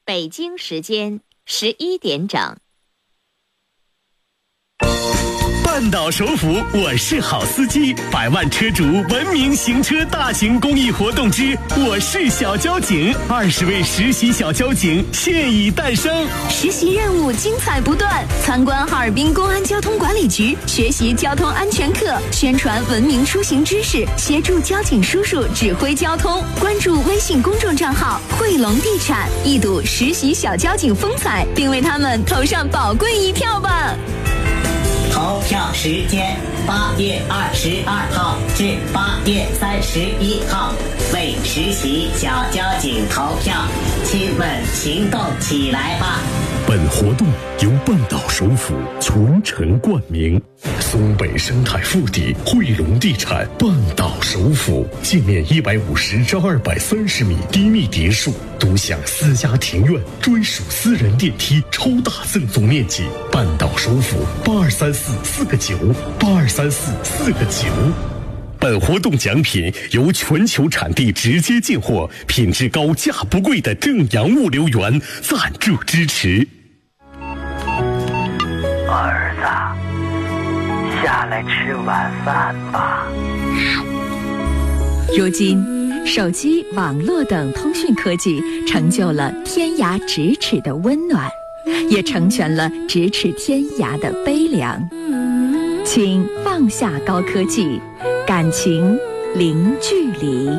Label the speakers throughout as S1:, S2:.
S1: 北京时间11点整。
S2: 半岛首府我是好司机，100万车主文明行车大型公益活动之我是小交警，20位实习小交警现已诞生，
S3: 实习任务精彩不断，参观哈尔滨公安交通管理局，学习交通安全课，宣传文明出行知识，协助交警叔叔指挥交通。关注微信公众账号汇龙地产，一睹实习小交警风采，并为他们投上宝贵一票吧。
S4: 投票时间8月22号至8月31号，为实习小交警投票，亲们行动起来吧！
S2: 本活动由半岛首府全程冠名，松北生态腹地汇龙地产半岛首府，建面150至230米低密别墅，独享私家庭院，专属私人电梯，超大赠送面积。半岛首府8234个9，8234个9。本活动奖品由全球产地直接进货、品质高、价不贵的正阳物流园赞助支持。
S5: 儿子，下来吃晚饭吧。
S3: 如今，手机、网络等通讯科技成就了天涯咫尺的温暖，也成全了咫尺天涯的悲凉。请放下高科技，感情零距离。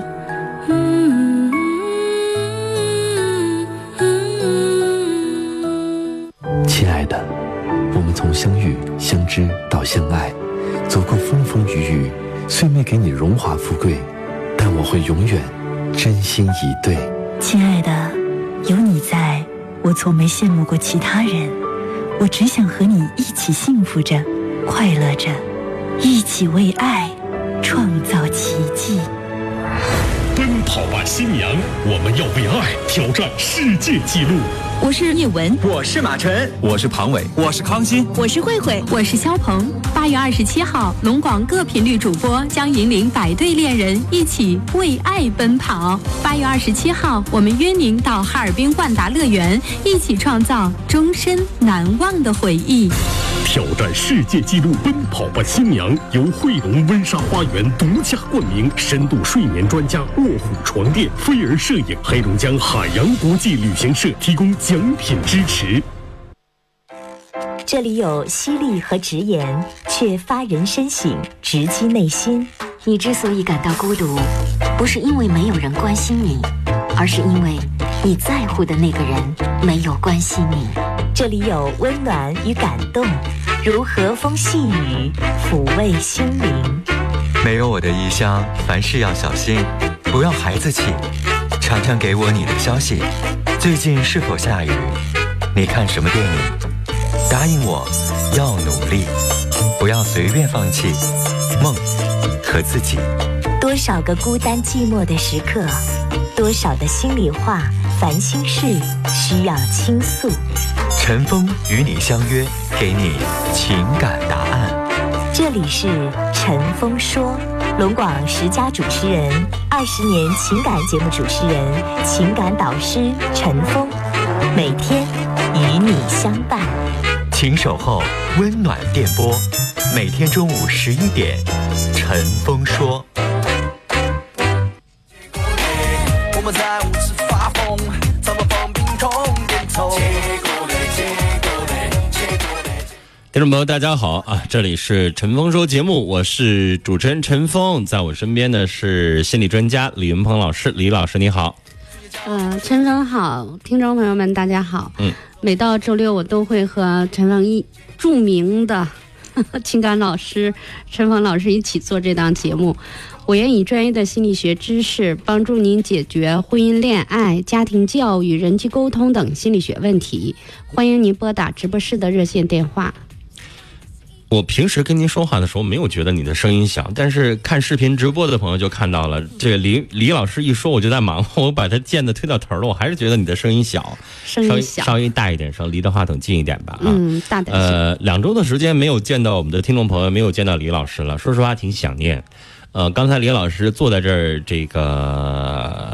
S6: 亲爱的，我们从相遇、相知到相爱，走过风风雨雨，虽没给你荣华富贵，但我会永远真心以对。
S7: 亲爱的，有你在，我从没羡慕过其他人，我只想和你一起幸福着，快乐着，一起为爱创造奇迹。
S2: 奔跑吧新娘，我们要为爱挑战世界纪录。
S3: 我是叶文，
S8: 我是马晨，
S9: 我是庞伟，
S8: 我是康欣，
S10: 我是慧慧，我是肖鹏。8月27号，龙广各频率主播将引领100对恋人一起为爱奔跑。8月27号，我们约您到哈尔滨万达乐园，一起创造终身难忘的回忆。
S2: 挑战世界纪录奔跑吧新娘由汇龙温莎花园独家冠名，深度睡眠专家卧虎床垫、飞儿摄影、黑龙江海洋国际旅行社提供奖品支持。
S11: 这里有犀利和直言，却发人深省，直击内心。
S12: 你之所以感到孤独，不是因为没有人关心你，而是因为你在乎的那个人没有关心你。
S11: 这里有温暖与感动，如和风细雨，抚慰心灵。
S13: 没有我的异乡，凡事要小心，不要孩子气。常常给我你的消息，最近是否下雨？你看什么电影？答应我，要努力，不要随便放弃梦和自己。
S11: 多少个孤单寂寞的时刻，多少的心里话、烦心事需要倾诉。
S13: 陈峰与你相约，给你情感答案。
S11: 这里是陈峰说，龙广10佳主持人，20年情感节目主持人，情感导师陈峰，每天与你相伴。
S13: 请守候温暖电波，每天中午11点，陈峰说。
S14: 我们在舞池发疯，怎么风冰痛点头。
S15: 听众朋友大家好啊，这里是陈峰说节目，我是主持人陈峰，在我身边的是心理专家李云鹏老师。李老师你好。
S16: 陈峰好，听众朋友们大家好。每到周六我都会和陈峰著名的情感老师陈峰老师一起做这档节目。我愿以专业的心理学知识帮助您解决婚姻恋爱、家庭教育、人际沟通等心理学问题。欢迎您拨打直播室的热线电话。
S15: 我平时跟您说话的时候没有觉得你的声音小，但是看视频直播的朋友就看到了，这个李老师一说我就在忙，我把他键子推到头了，我还是觉得你的声音小，稍微大一点声，离着话筒近一点吧。
S16: 大点。
S15: 2周的时间没有见到我们的听众朋友，没有见到李老师了，说实话挺想念。刚才李老师坐在这儿，这个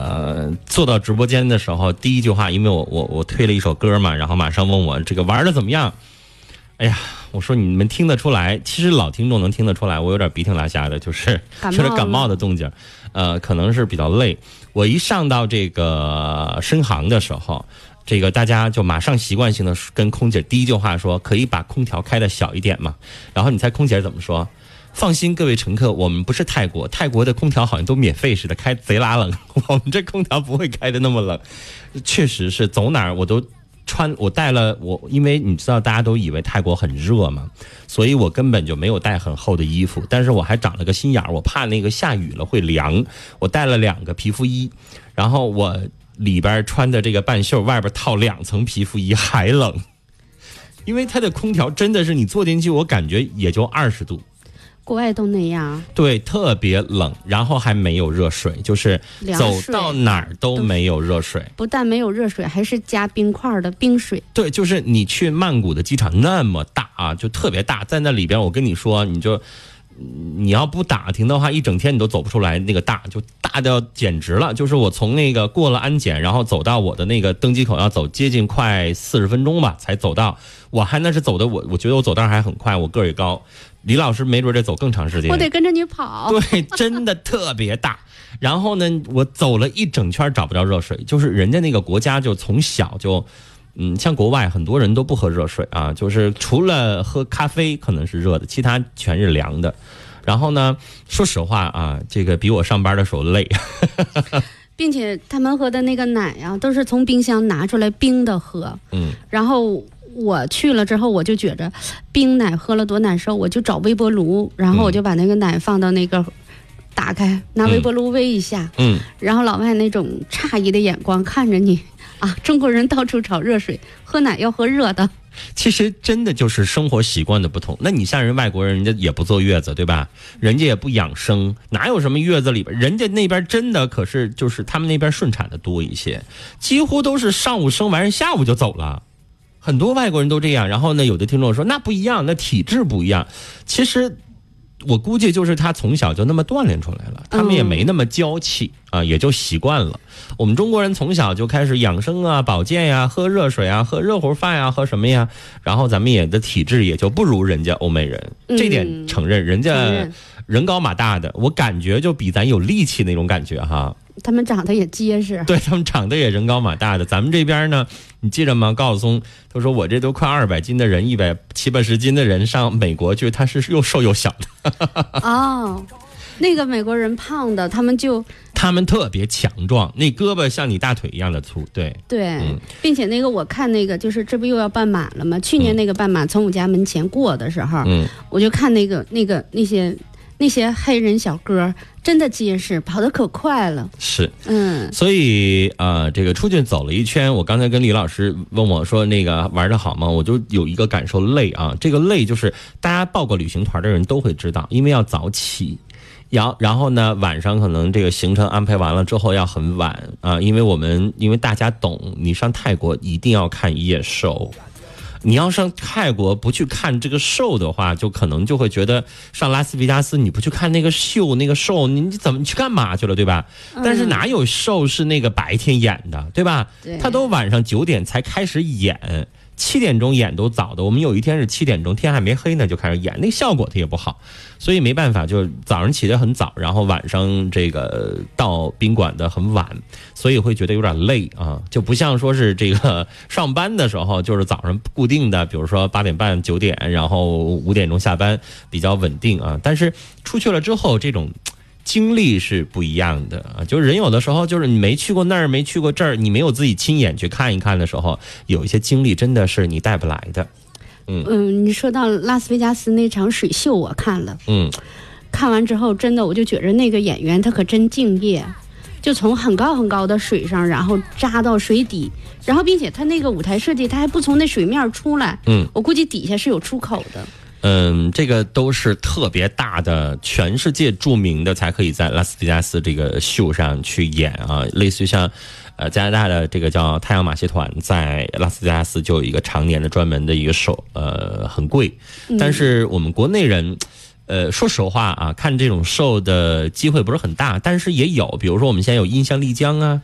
S15: 坐到直播间的时候，第一句话，因为我推了一首歌嘛，然后马上问我这个玩的怎么样。哎呀，我说你们听得出来，其实老听众能听得出来，我有点鼻涕拉瞎的，就是感冒的动静，可能是比较累。我一上到这个深航的时候，这个大家就马上习惯性的跟空姐第一句话说，可以把空调开的小一点嘛？然后你猜空姐怎么说？放心，各位乘客，我们不是泰国，泰国的空调好像都免费似的，开贼拉冷，我们这空调不会开的那么冷。确实是走哪儿我都。我带了因为你知道大家都以为泰国很热嘛，所以我根本就没有带很厚的衣服，但是我还长了个心眼儿，我怕那个下雨了会凉，我带了2个皮肤衣，然后我里边穿的这个半袖，外边套2层皮肤衣还冷，因为它的空调真的是你坐进去我感觉也就20度。
S16: 国外都那样，
S15: 对，特别冷，然后还没有热水，就是走到哪儿都没有热水，
S16: 不但没有热水，还是加冰块的冰水。
S15: 对，就是你去曼谷的机场那么大啊，就特别大，在那里边我跟你说，你要不打听的话，一整天你都走不出来，那个大就大到简直了。就是我从那个过了安检，然后走到我的那个登机口，要走接近快40分钟吧才走到，我还那是走的，我觉得我走道还很快，我个儿也高。李老师没准得走更长时间，
S16: 我得跟着你跑。
S15: 对，真的特别大。然后呢，我走了一整圈找不着热水，就是人家那个国家就从小就，像国外很多人都不喝热水啊，就是除了喝咖啡可能是热的，其他全是凉的。然后呢，说实话啊，这个比我上班的时候累。
S16: 并且他们喝的那个奶啊，都是从冰箱拿出来冰的喝。然后我去了之后，我就觉着冰奶喝了多难受，我就找微波炉，然后我就把那个奶放到那个打开，拿微波炉煨一下。然后老外那种诧异的眼光看着你啊，中国人到处找热水，喝奶要喝热的。
S15: 其实真的就是生活习惯的不同。那你像人外国人，人家也不坐月子，对吧？人家也不养生，哪有什么月子里边？人家那边真的可是就是他们那边顺产的多一些，几乎都是上午生完下午就走了。很多外国人都这样。然后呢，有的听众说那不一样，那体质不一样。其实我估计就是他从小就那么锻炼出来了，他们也没那么娇气啊，也就习惯了。我们中国人从小就开始养生啊、保健呀、喝热水啊、喝热乎饭呀、喝什么呀，然后咱们也的体质也就不如人家欧美人，这点承认。人家人高马大的，我感觉就比咱有力气那种感觉哈。
S16: 他们长得也结实，
S15: 对，他们长得也人高马大的。咱们这边呢，你记着吗？高晓松他说我这都快200斤的人，170-180斤的人上美国去，他是又瘦又小的。
S16: 哦，那个美国人胖的，他们
S15: 特别强壮，那胳膊像你大腿一样的粗。对，
S16: 并且那个我看那个就是这不又要半马了吗？去年那个半马从我家门前过的时候，我就看那些黑人小哥真的结实，跑得可快了。
S15: 是，所以这个出去走了一圈，我刚才跟李老师问我说那个玩得好吗？我就有一个感受，累啊。这个累就是大家报过旅行团的人都会知道，因为要早起。然后呢，晚上可能这个行程安排完了之后要很晚啊，因为大家懂，你上泰国一定要看夜兽。你要上泰国不去看这个秀的话，就可能就会觉得上拉斯维加斯你不去看那个秀那个秀，你怎么去干嘛去了，对吧？但是哪有秀是那个白天演的，对吧？他都晚上9点才开始演，7点钟演都早的。我们有一天是7点钟，天还没黑呢就开始演，那效果它也不好，所以没办法，就早上起得很早，然后晚上这个到宾馆的很晚，所以会觉得有点累啊，就不像说是这个上班的时候，就是早上固定的，比如说8点半、9点，然后5点钟下班，比较稳定啊。但是出去了之后，这种经历是不一样的啊，就是人有的时候就是你没去过那儿，没去过这儿，你没有自己亲眼去看一看的时候，有一些经历真的是你带不来的。
S16: 你说到拉斯维加斯那场水秀，我看了，看完之后真的我就觉着那个演员他可真敬业，就从很高很高的水上，然后扎到水底，然后并且他那个舞台设计他还不从那水面出来，我估计底下是有出口的。
S15: 这个都是特别大的，全世界著名的才可以在拉斯维加斯这个秀上去演啊，类似于像加拿大的这个叫太阳马戏团，在拉斯维加斯就有一个常年的专门的一个秀，很贵，但是我们国内人说实话啊，看这种秀的机会不是很大，但是也有，比如说我们现在有印象丽江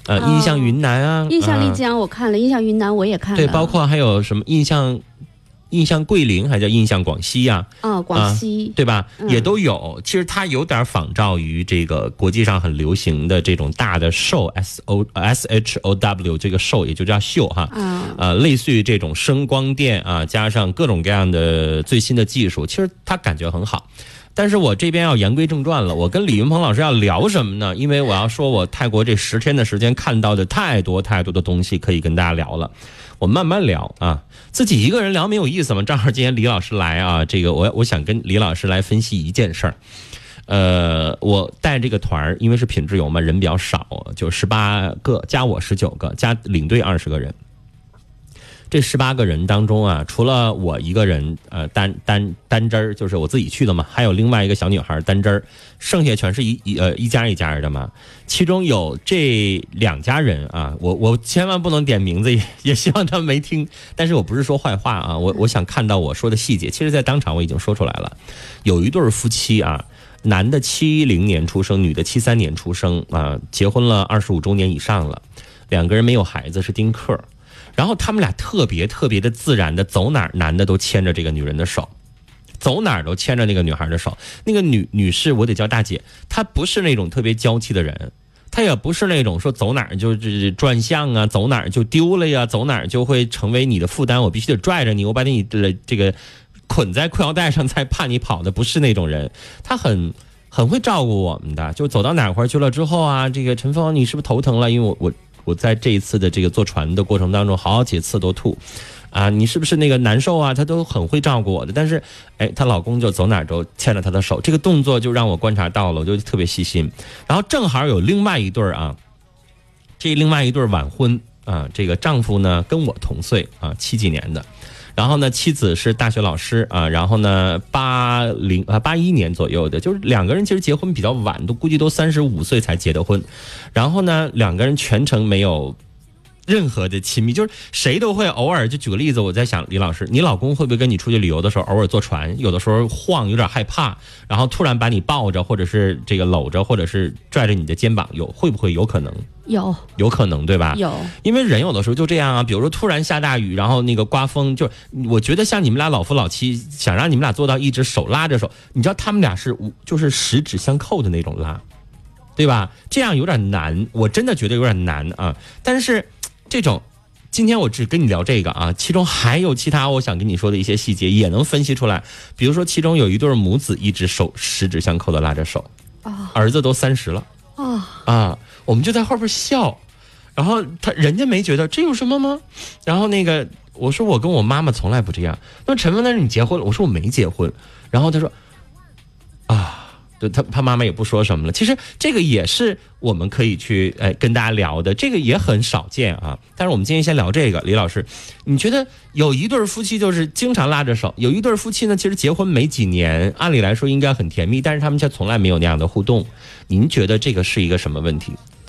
S15: 印象云南啊，
S16: 印象丽江我看了，印象云南我也看了，
S15: 对，包括还有什么印象桂林，还叫印象广西呀？
S16: 广西，
S15: 对吧？也都有。其实它有点仿照于这个国际上很流行的这种大的show SHOW 这个show，也就叫秀哈。类似于这种声光电啊，加上各种各样的最新的技术，其实它感觉很好。但是我这边要言归正传了，我跟李云鹏老师要聊什么呢？因为我要说我泰国这10天的时间看到的太多的东西可以跟大家聊了。我慢慢聊啊，自己一个人聊没有意思嘛。正好今天李老师来啊，这个我想跟李老师来分析一件事儿。我带这个团，因为是品质游嘛，人比较少，就18个加我19个，加领队20个人。这18个人当中啊，除了我一个人单针儿，就是我自己去的嘛，还有另外一个小女孩单针儿，剩下全是一家一家的嘛。其中有这2家人啊，我千万不能点名字，也希望他们没听。但是我不是说坏话啊，我想看到我说的细节。其实，在当场我已经说出来了，有一对夫妻啊，男的70年出生，女的73年出生啊，结婚了25周年以上了，2个人没有孩子，是丁克。然后他们俩特别的自然的走哪儿，男的都牵着这个女人的手，走哪儿都牵着那个女孩的手。那个女士，我得叫大姐，她不是那种特别娇气的人，她也不是那种说走哪儿就是转向啊，走哪儿就丢了呀，走哪儿就会成为你的负担，我必须得拽着你，我把你这个捆在裤腰带上才怕你跑的，不是那种人。她很会照顾我们的，就走到哪块去了之后啊，这个陈峰你是不是头疼了？因为我在这一次的这个坐船的过程当中，好几次都吐，啊，你是不是那个难受啊？她都很会照顾我的。但是，她老公就走哪儿都牵着她的手，这个动作就让我观察到了，我就特别细心。然后正好有另外一对啊，这另外一对晚婚啊，这个丈夫呢跟我同岁啊，70几年的。然后呢，妻子是大学老师啊，然后呢81年左右的，就是2个人其实结婚比较晚，估计都35岁才结的婚。然后呢，2个人全程没有任何的亲密，就是谁都会偶尔，就举个例子，我在想李老师，你老公会不会跟你出去旅游的时候偶尔坐船，有的时候晃有点害怕，然后突然把你抱着，或者是这个搂着，或者是拽着你的肩膀，会不会有可能？有可能，对吧？
S16: 有，
S15: 因为人有的时候就这样啊，比如说突然下大雨，然后那个刮风，就我觉得像你们俩老夫老妻，想让你们俩做到一直手拉着手，你知道他们俩是就是10指相扣的那种拉，对吧？这样有点难，我真的觉得有点难啊。但是这种，今天我只跟你聊这个啊，其中还有其他我想跟你说的一些细节也能分析出来。比如说其中有一对母子一直手10指相扣的拉着手，儿子都30了啊，我们就在后边笑，然后人家没觉得这有什么吗？然后那个我说我跟我妈妈从来不这样。那陈峰，那是你结婚了？我说我没结婚。然后他说他妈妈也不说什么了。其实这个也是我们可以去跟大家聊的，这个也很少见啊。但是我们今天先聊这个，李老师，你觉得有一对夫妻就是经常拉着手，有一对夫妻呢，其实结婚没几年，按理来说应该很甜蜜，但是他们却从来没有那样的互动。您觉得这个是一个什么问题？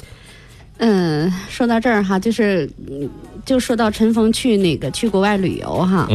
S16: 说到这儿哈，就说到陈峰去国外旅游哈，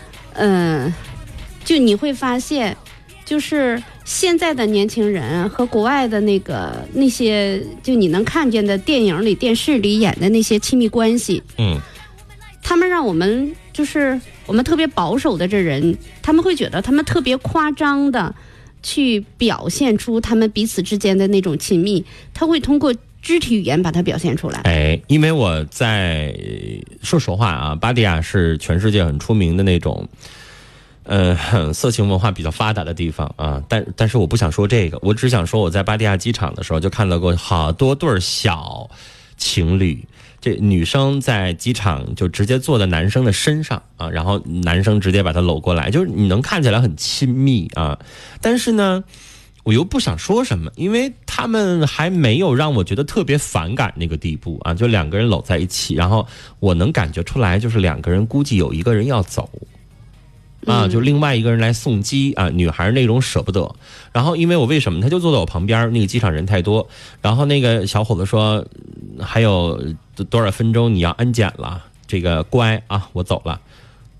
S16: 就你会发现，就是现在的年轻人和国外的那些，就你能看见的电影里、电视里演的那些亲密关系，他们让我们就是我们特别保守的这人，他们会觉得他们特别夸张的去表现出他们彼此之间的那种亲密，他会通过肢体语言把它表现出来。
S15: 因为我在说实话啊，芭提雅是全世界很出名的那种色情文化比较发达的地方啊，但是我不想说这个，我只想说我在芭提雅机场的时候就看到过好多对小情侣，这女生在机场就直接坐在男生的身上啊，然后男生直接把她搂过来，就是你能看起来很亲密啊，但是呢我又不想说什么，因为他们还没有让我觉得特别反感那个地步啊，就2个人搂在一起，然后我能感觉出来就是2个人估计有一个人要走啊，就另外一个人来送机啊，女孩那种舍不得。然后因为我为什么他就坐在我旁边，那个机场人太多，然后那个小伙子说还有多少分钟你要安检了，这个乖啊，我走了。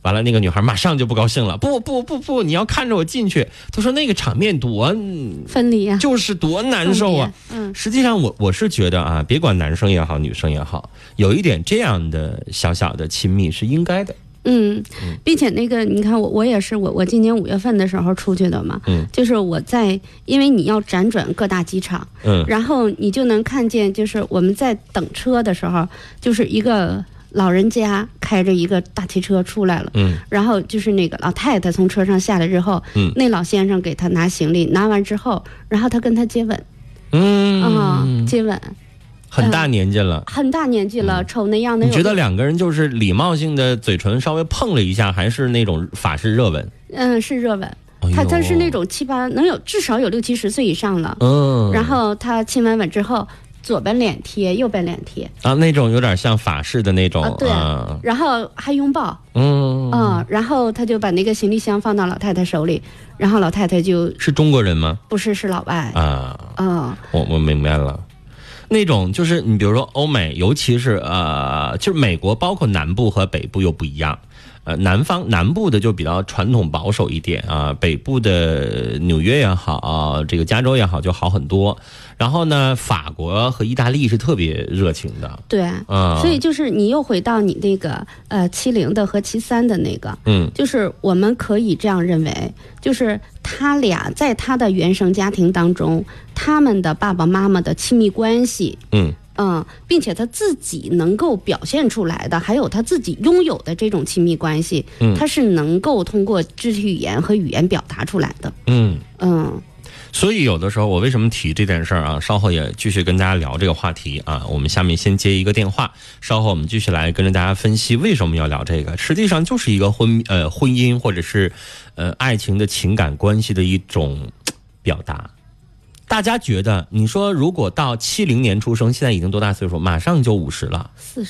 S15: 完了那个女孩马上就不高兴了，不，你要看着我进去。她说那个场面多
S16: 分离啊，
S15: 就是多难受啊。实际上我是觉得啊，别管男生也好，女生也好，有一点这样的小小的亲密是应该的。
S16: 并且那个你看我也是我今年5月份的时候出去的嘛，就是因为你要辗转各大机场，然后你就能看见，就是我们在等车的时候，就是一个老人家开着一个大汽车出来了，然后就是那个老太太从车上下来之后，那老先生给他拿行李，拿完之后，然后他跟他接吻，接吻。
S15: 很大年纪了，
S16: 很大年纪了，瞅那样的。
S15: 你觉得两个人就是礼貌性的嘴唇稍微碰了一下，还是那种法式热吻？
S16: 是热吻。他是那种至少有60、70岁以上了。然后他亲完吻之后，左边脸贴，右边脸贴
S15: 啊，那种有点像法式的那种。
S16: 对，然后还拥抱。然后他就把那个行李箱放到老太太手里，然后老太太就是
S15: 中国人吗？
S16: 不是，是老外
S15: 啊。我明白了。那种就是你比如说欧美，尤其是就是美国，包括南部和北部又不一样。南部的就比较传统保守一点啊，北部的纽约也好，这个加州也好就好很多。然后呢，法国和意大利是特别热情的。
S16: 对，所以就是你又回到你那个70的和73的那个，就是我们可以这样认为，就是他俩在他的原生家庭当中，他们的爸爸妈妈的亲密关系，并且他自己能够表现出来的，还有他自己拥有的这种亲密关系，他是能够通过肢体语言和语言表达出来的。
S15: 所以有的时候我为什么提这件事儿啊？稍后也继续跟大家聊这个话题啊。我们下面先接一个电话，稍后我们继续来跟着大家分析为什么要聊这个。实际上就是一个婚姻或者是爱情的情感关系的一种表达。大家觉得，你说如果到70年出生，现在已经多大岁数？马上就50了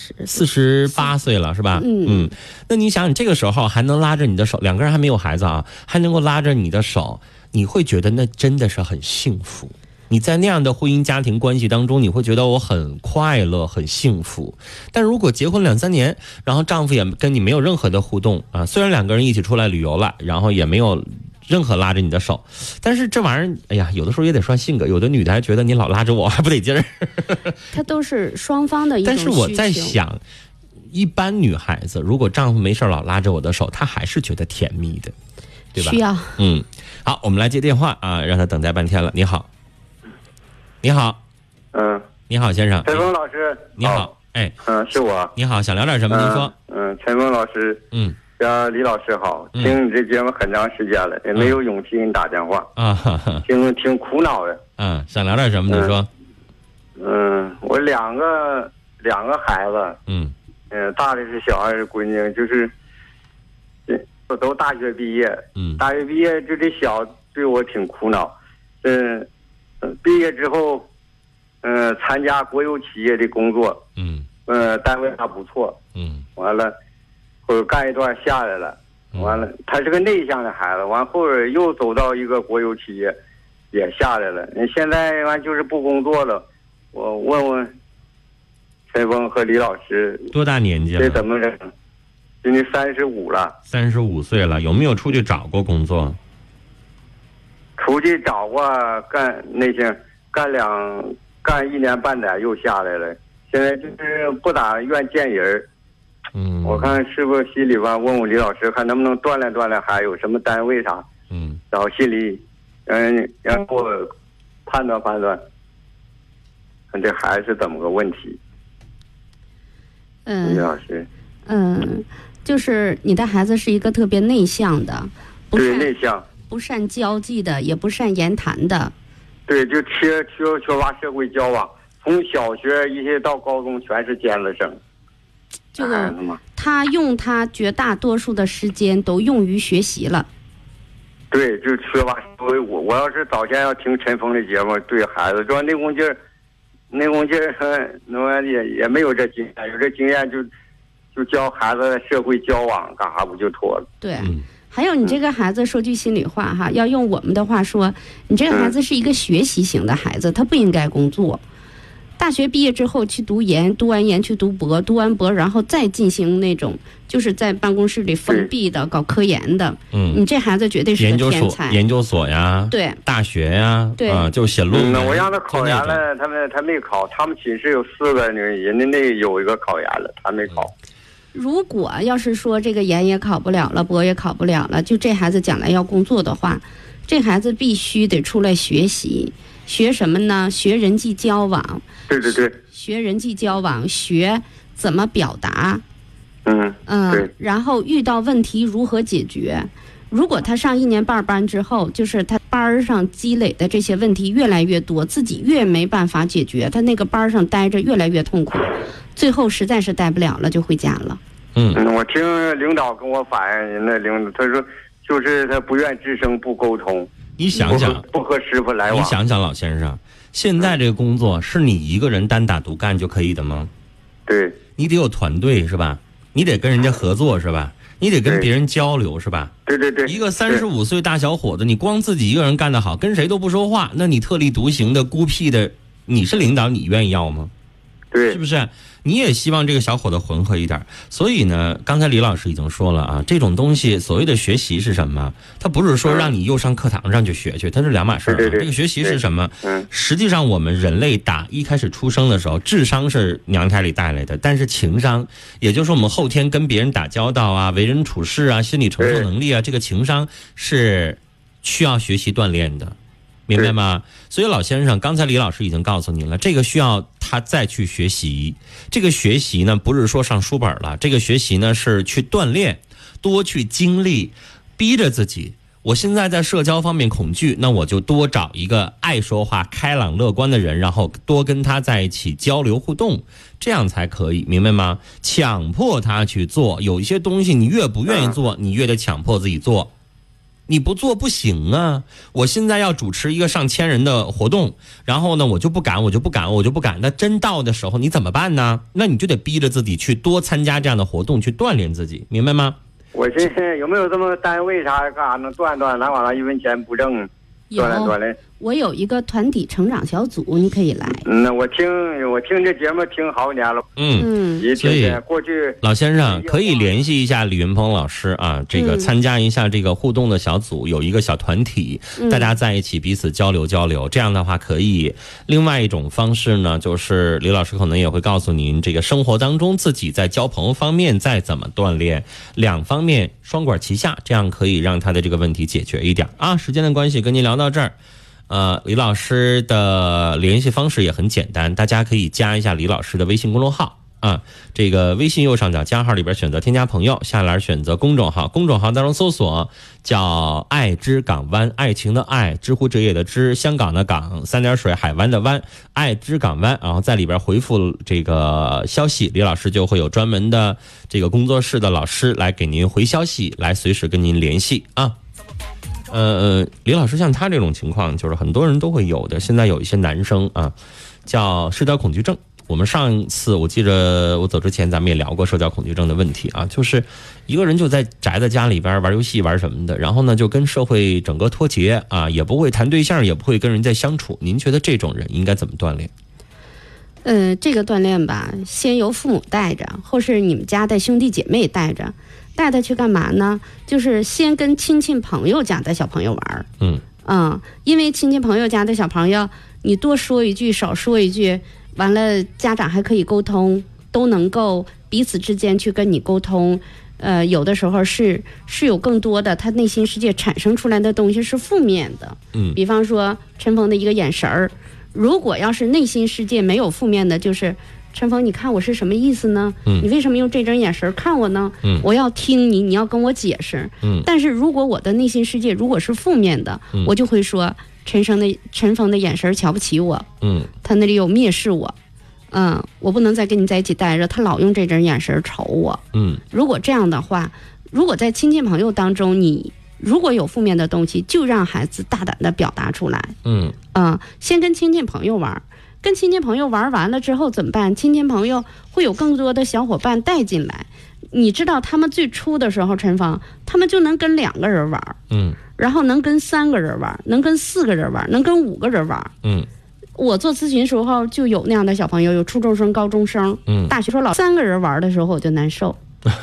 S15: ，48岁了，是吧？那你想，你这个时候还能拉着你的手，两个人还没有孩子啊，还能够拉着你的手，你会觉得那真的是很幸福。你在那样的婚姻家庭关系当中，你会觉得我很快乐很幸福。但如果结婚2、3年，然后丈夫也跟你没有任何的互动啊，虽然两个人一起出来旅游了，然后也没有任何拉着你的手，但是这玩意儿，哎呀，有的时候也得算性格。有的女的还觉得你老拉着我还不得劲儿。
S16: 它都是双方的一种需求。
S15: 但是我在想，一般女孩子如果丈夫没事老拉着我的手，她还是觉得甜蜜的，对吧？
S16: 需要。
S15: 好，我们来接电话啊，让他等待半天了。你好，你好，你好，先生。
S8: 陈峰老师，
S15: 你好，
S8: 是我。
S15: 你好，想聊点什么？您说。
S8: 陈峰老师，李老师好，听你这节目很长时间了，也没有勇气给你打电话挺苦恼的。
S15: 想聊点什么？你说。
S8: 我两个孩子，大的是小，孩是闺女，就是都大学毕业，大学毕业就这小对我挺苦恼。毕业之后，参加国有企业的工作，单位还不错，完了。或者干一段下来了，完了，他是个内向的孩子，完后边又走到一个国有企业，也下来了。现在完就是不工作了。我问问陈峰和李老师，
S15: 多大年纪了？
S8: 这怎么整？今年35了。
S15: 35岁了，有没有出去找过工作？
S8: 出去找过，干1年半载又下来了。现在就是不咋愿见人。我看是不是心里吧，问问李老师，看能不能锻炼锻炼，还有什么单位啥，找心里，让我判断判断，看这孩子怎么个问题。李老师，
S16: 就是你的孩子是一个特别内向的，
S8: 对，内向，
S16: 不善交际的，也不善言谈的，
S8: 对，就缺乏社会交往，从小学一直到高中全是尖子生。
S16: 就是他用他绝大多数的时间都用于学习了。
S8: 对，就缺乏。我要是早前要听陈峰的节目，对孩子说那功劲儿，那也没有这经验，有这经验就教孩子社会交往干啥不就妥了？
S16: 对。还有你这个孩子，说句心里话哈，要用我们的话说，你这个孩子是一个学习型的孩子，他不应该工作。 大学毕业之后去读研，读完研去读博，读完博然后再进行那种就是在办公室里封闭的搞科研的。你这孩子绝对是个天才。
S15: 研究所呀，
S16: 对，
S15: 大学呀，
S16: 对
S15: 就写论文。
S8: 我让他考研了，他没考。他们寝室有4个女人，人家那有一个考研了，他没考。
S16: 如果要是说这个研也考不了了，博也考不了了，就这孩子将来要工作的话，这孩子必须得出来学习。学什么呢？学人际交往。
S8: 对对对。
S16: 学人际交往，学怎么表达。
S8: 对。
S16: 然后遇到问题如何解决。如果他上1年半班之后，就是他班上积累的这些问题越来越多，自己越没办法解决，他那个班上待着越来越痛苦，最后实在是待不了了，就回家了。
S8: 我听领导跟我反映，那领导他说就是他不愿吱声，不沟通。
S15: 你想想，
S8: 不和师傅来往。
S15: 你想想，老先生，现在这个工作是你一个人单打独干就可以的吗？
S8: 对，
S15: 你得有团队是吧？你得跟人家合作是吧？你得跟别人交流是吧？
S8: 对对对。
S15: 一个35岁大小伙子，你光自己一个人干得好，跟谁都不说话，那你特立独行的、孤僻的，你是领导，你愿意要吗？
S8: 对，
S15: 是不是？你也希望这个小伙子浑厚一点。所以呢，刚才李老师已经说了啊，这种东西所谓的学习是什么？它不是说让你又上课堂上去学去，它是两码事儿。这个学习是什么？实际上我们人类打一开始出生的时候，智商是娘胎里带来的，但是情商，也就是我们后天跟别人打交道啊、为人处事啊、心理承受能力啊，这个情商是需要学习锻炼的。明白吗？所以老先生，刚才李老师已经告诉您了，这个需要他再去学习。这个学习呢，不是说上书本了，这个学习呢是去锻炼，多去经历，逼着自己。我现在在社交方面恐惧，那我就多找一个爱说话、开朗乐观的人，然后多跟他在一起交流互动，这样才可以，明白吗？强迫他去做，有一些东西你越不愿意做，你越得强迫自己做。你不做不行啊！我现在要主持一个上千人的活动，然后呢，我就不敢。那真到的时候你怎么办呢？那你就得逼着自己去多参加这样的活动，去锻炼自己，明白吗？
S8: 我寻思有没有这么单位啥干啥能锻炼，哪往那1分钱不挣，锻炼。
S16: 我有一个团体成长小组，你可以来。
S8: 那我听这节目听好几年了。
S15: 所以
S8: 过去
S15: 老先生可以联系一下李云鹏老师啊，这个参加一下这个互动的小组，有一个小团体，大家在一起彼此交流。这样的话可以。另外一种方式呢，就是李老师可能也会告诉您，这个生活当中自己在交朋友方面再怎么锻炼，两方面双管齐下，这样可以让他的这个问题解决一点啊。时间的关系，跟您聊到这儿。李老师的联系方式也很简单，大家可以加一下李老师的微信公众号啊。这个微信右上角加号里边选择添加朋友，下栏选择公众号，公众号当中搜索叫爱之港湾，爱情的爱，知乎者也的知，香港的港，三点水海湾的湾，爱之港湾。然后在里边回复这个消息，李老师就会有专门的这个工作室的老师来给您回消息，来随时跟您联系啊。李老师，像他这种情况，就是很多人都会有的。现在有一些男生啊，叫社交恐惧症。我们上次我记着我走之前咱们也聊过社交恐惧症的问题啊，就是一个人就在宅在家里边玩游戏玩什么的，然后呢就跟社会整个脱节啊，也不会谈对象，也不会跟人家相处。您觉得这种人应该怎么锻炼？
S16: 这个锻炼吧，先由父母带着，或是你们家的兄弟姐妹带着。带他去干嘛呢？就是先跟亲戚朋友家的小朋友玩。因为亲戚朋友家的小朋友，你多说一句少说一句，完了家长还可以沟通，都能够彼此之间去跟你沟通。有的时候是有更多的他内心世界产生出来的东西是负面的。比方说陈峰的一个眼神儿，如果要是内心世界没有负面的，就是陈峰，你看我是什么意思呢？你为什么用这种眼神看我呢？我要听你，你要跟我解释。但是如果我的内心世界如果是负面的，我就会说陈峰的眼神瞧不起我。他那里有蔑视我。我不能再跟你在一起待着，他老用这种眼神瞅我。如果这样的话，如果在亲戚朋友当中，你如果有负面的东西，就让孩子大胆的表达出来。先跟亲戚朋友玩。跟亲戚朋友玩完了之后怎么办？亲戚朋友会有更多的小伙伴带进来。你知道他们最初的时候，陈芳他们就能跟2个人玩，然后能跟3个人玩，能跟4个人玩，能跟5个人玩。 我做咨询时候就有那样的小朋友，有初中生、高中生，大学说老3个人玩的时候我就难受。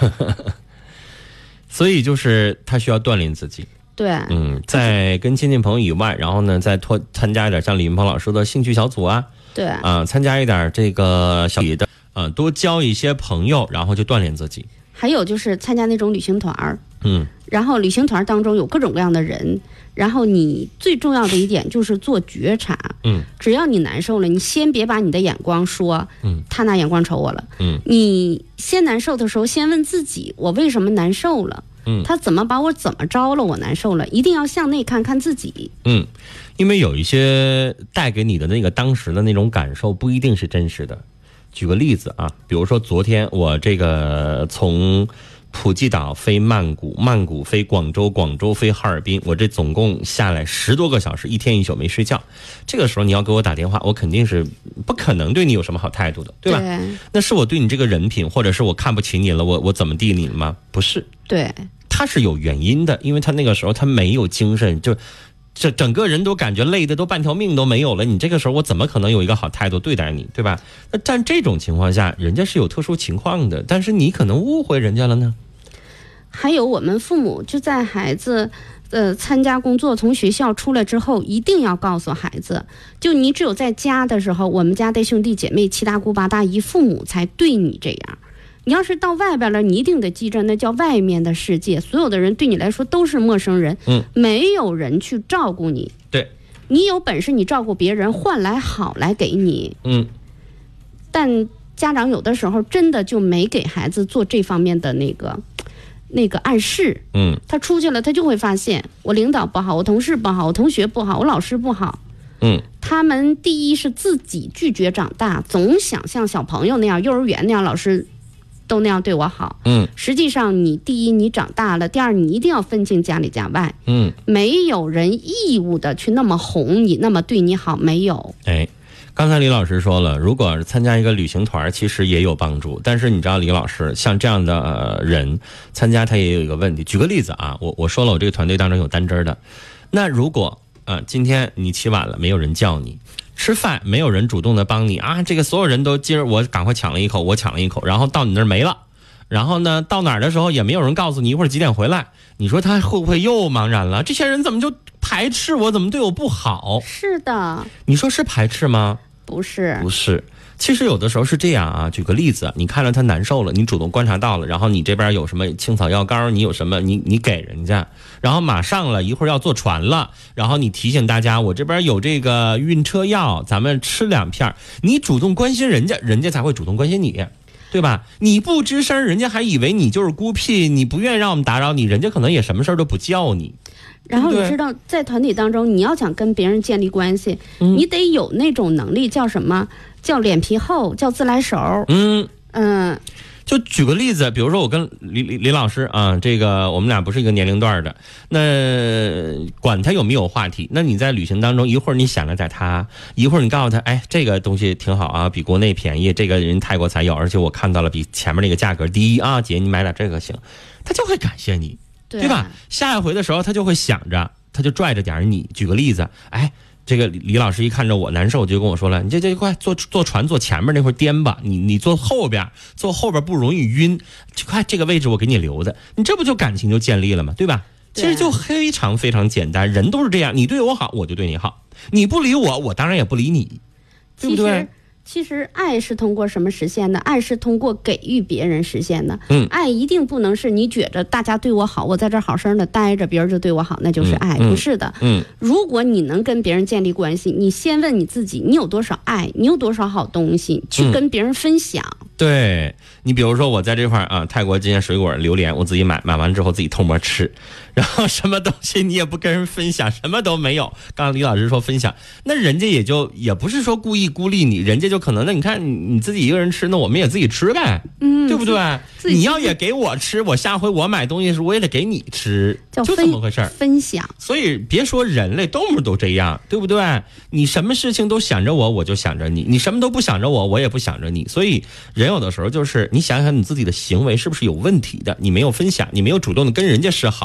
S15: 所以就是他需要锻炼自己。
S16: 对，
S15: 在跟亲戚朋友以外，然后呢，再参加一点像李云鹏老师的兴趣小组啊，
S16: 对
S15: 啊，参加一点这个小的，多交一些朋友，然后就锻炼自己。
S16: 还有就是参加那种旅行团，然后旅行团当中有各种各样的人，然后你最重要的一点就是做觉察，只要你难受了，你先别把你的眼光说，他拿眼光瞅我了，你先难受的时候，先问自己，我为什么难受了？他怎么把我怎么着了？我难受了，一定要向内看看自己。
S15: 因为有一些带给你的那个当时的那种感受不一定是真实的。举个例子啊，比如说昨天我这个从普吉岛飞曼谷，曼谷飞广州，广州飞哈尔滨，我这总共下来10多个小时，1天1宿没睡觉。这个时候你要给我打电话，我肯定是不可能对你有什么好态度的，对吧？
S16: 对，那
S15: 是我对你这个人品，或者是我看不起你了，我怎么地你了吗？不是，
S16: 对，
S15: 他是有原因的，因为他那个时候他没有精神，就这整个人都感觉累的都半条命都没有了，你这个时候我怎么可能有一个好态度对待你，对吧？那在这种情况下，人家是有特殊情况的，但是你可能误会人家了呢。
S16: 还有我们父母就在孩子参加工作，从学校出来之后，一定要告诉孩子，就你只有在家的时候，我们家的兄弟姐妹、七大姑八大姨、父母才对你这样。你要是到外边了，你一定得记着，那叫外面的世界，所有的人对你来说都是陌生人，没有人去照顾你。
S15: 对，
S16: 你有本事你照顾别人，换来好来给你。但家长有的时候真的就没给孩子做这方面的那个暗示。他出去了，他就会发现我领导不好，我同事不好，我同学不好，我老师不好。他们第一是自己拒绝长大，总想像小朋友那样，幼儿园那样，老师都那样对我好。实际上你第一你长大了，第二你一定要分清家里家外。没有人义务的去那么哄你，那么对你好，没有。
S15: 刚才李老师说了，如果参加一个旅行团其实也有帮助，但是你知道李老师像这样的人参加他也有一个问题。举个例子啊，我说了我这个团队当中有单针的，那如果今天你起晚了，没有人叫你吃饭，没有人主动的帮你啊，这个所有人都今儿我赶快抢了一口，我抢了一口，然后到你那儿没了，然后呢到哪儿的时候也没有人告诉你一会儿几点回来，你说他会不会又茫然了？这些人怎么就排斥我，怎么对我不好？
S16: 是的，
S15: 你说是排斥吗？
S16: 不是，
S15: 不是。其实有的时候是这样啊，举个例子，你看着他难受了，你主动观察到了，然后你这边有什么青草药膏，你有什么你给人家，然后马上了一会儿要坐船了，然后你提醒大家我这边有这个晕车药，咱们吃2片，你主动关心人家，人家才会主动关心你，对吧？你不吱声，人家还以为你就是孤僻，你不愿意让我们打扰你，人家可能也什么事都不叫你。
S16: 然后你知道在团体当中，你要想跟别人建立关系，你得有那种能力，叫什么？叫脸皮厚，叫自来熟。
S15: 就举个例子，比如说我跟李老师啊，这个我们俩不是一个年龄段的，那管他有没有话题，那你在旅行当中，一会儿你想着点他，一会儿你告诉他，哎，这个东西挺好啊，比国内便宜，这个人泰国才有，而且我看到了比前面那个价格低啊，姐你买点这个行，他就会感谢你，对吧？下一回的时候他就会想着，他就拽着点你。举个例子，哎，这个李老师一看着我难受，就跟我说了，你这快坐船坐前面那会儿颠吧，你坐后边不容易晕，就快这个位置我给你留的，你这不就感情就建立了吗？对吧？其实就非常非常简单，人都是这样，你对我好我就对你好，你不理我我当然也不理你，对不对？
S16: 其实爱是通过什么实现的？爱是通过给予别人实现的。爱一定不能是你觉着大家对我好，我在这好生的待着，别人就对我好，那就是爱，不是的。如果你能跟别人建立关系，你先问你自己，你有多少爱，你有多少好东西去跟别人分享。
S15: 对，你比如说我在这块啊，泰国这些水果榴莲我自己买完之后自己偷摸吃，然后什么东西你也不跟人分享，什么都没有。刚刚李老师说分享，那人家也不是说故意孤立你，人家就可能那你看你自己一个人吃，那我们也自己吃呗，对不对？你要也给我吃，我下回我买东西时我也得给你吃，就这么回事
S16: 分享。
S15: 所以别说人类，动物都这样，对不对？你什么事情都想着我，我就想着你；你什么都不想着我，我也不想着你。所以人有的时候就是你想想你自己的行为是不是有问题的，你没有分享，你没有主动的跟人家示好，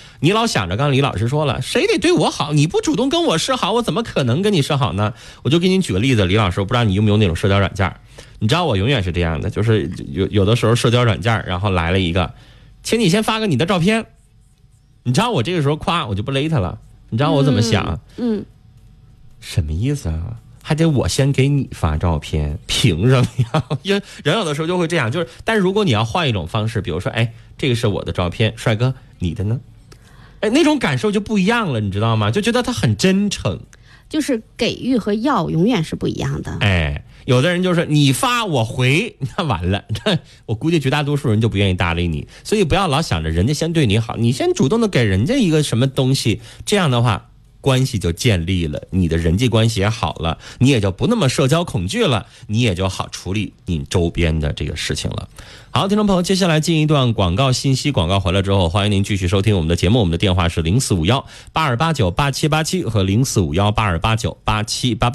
S15: 你老想着，刚刚李老师说了，谁得对我好，你不主动跟我示好，我怎么可能跟你示好呢？我就给你举个例子，李老师，我不知道你用不用那种社交软件，你知道我永远是这样的，就是有的时候社交软件，然后来了一个，请你先发个你的照片，你知道我这个时候夸我就不勒他了，你知道我怎么想？什么意思啊？还得我先给你发照片，凭什么呀？人有的时候就会这样，就是，但是如果你要换一种方式，比如说，哎，这个是我的照片，帅哥，你的呢？哎，那种感受就不一样了，你知道吗？就觉得他很真诚。
S16: 就是给予和要永远是不一样的。
S15: 哎，有的人就是你发我回，那完了，我估计绝大多数人就不愿意搭理你。所以不要老想着人家先对你好，你先主动的给人家一个什么东西，这样的话关系就建立了，你的人际关系也好了，你也就不那么社交恐惧了，你也就好处理你周边的这个事情了。好，听众朋友，接下来进一段广告信息，广告回来之后，欢迎您继续收听我们的节目，我们的电话是0451-8289-8787和0451-8289-8788。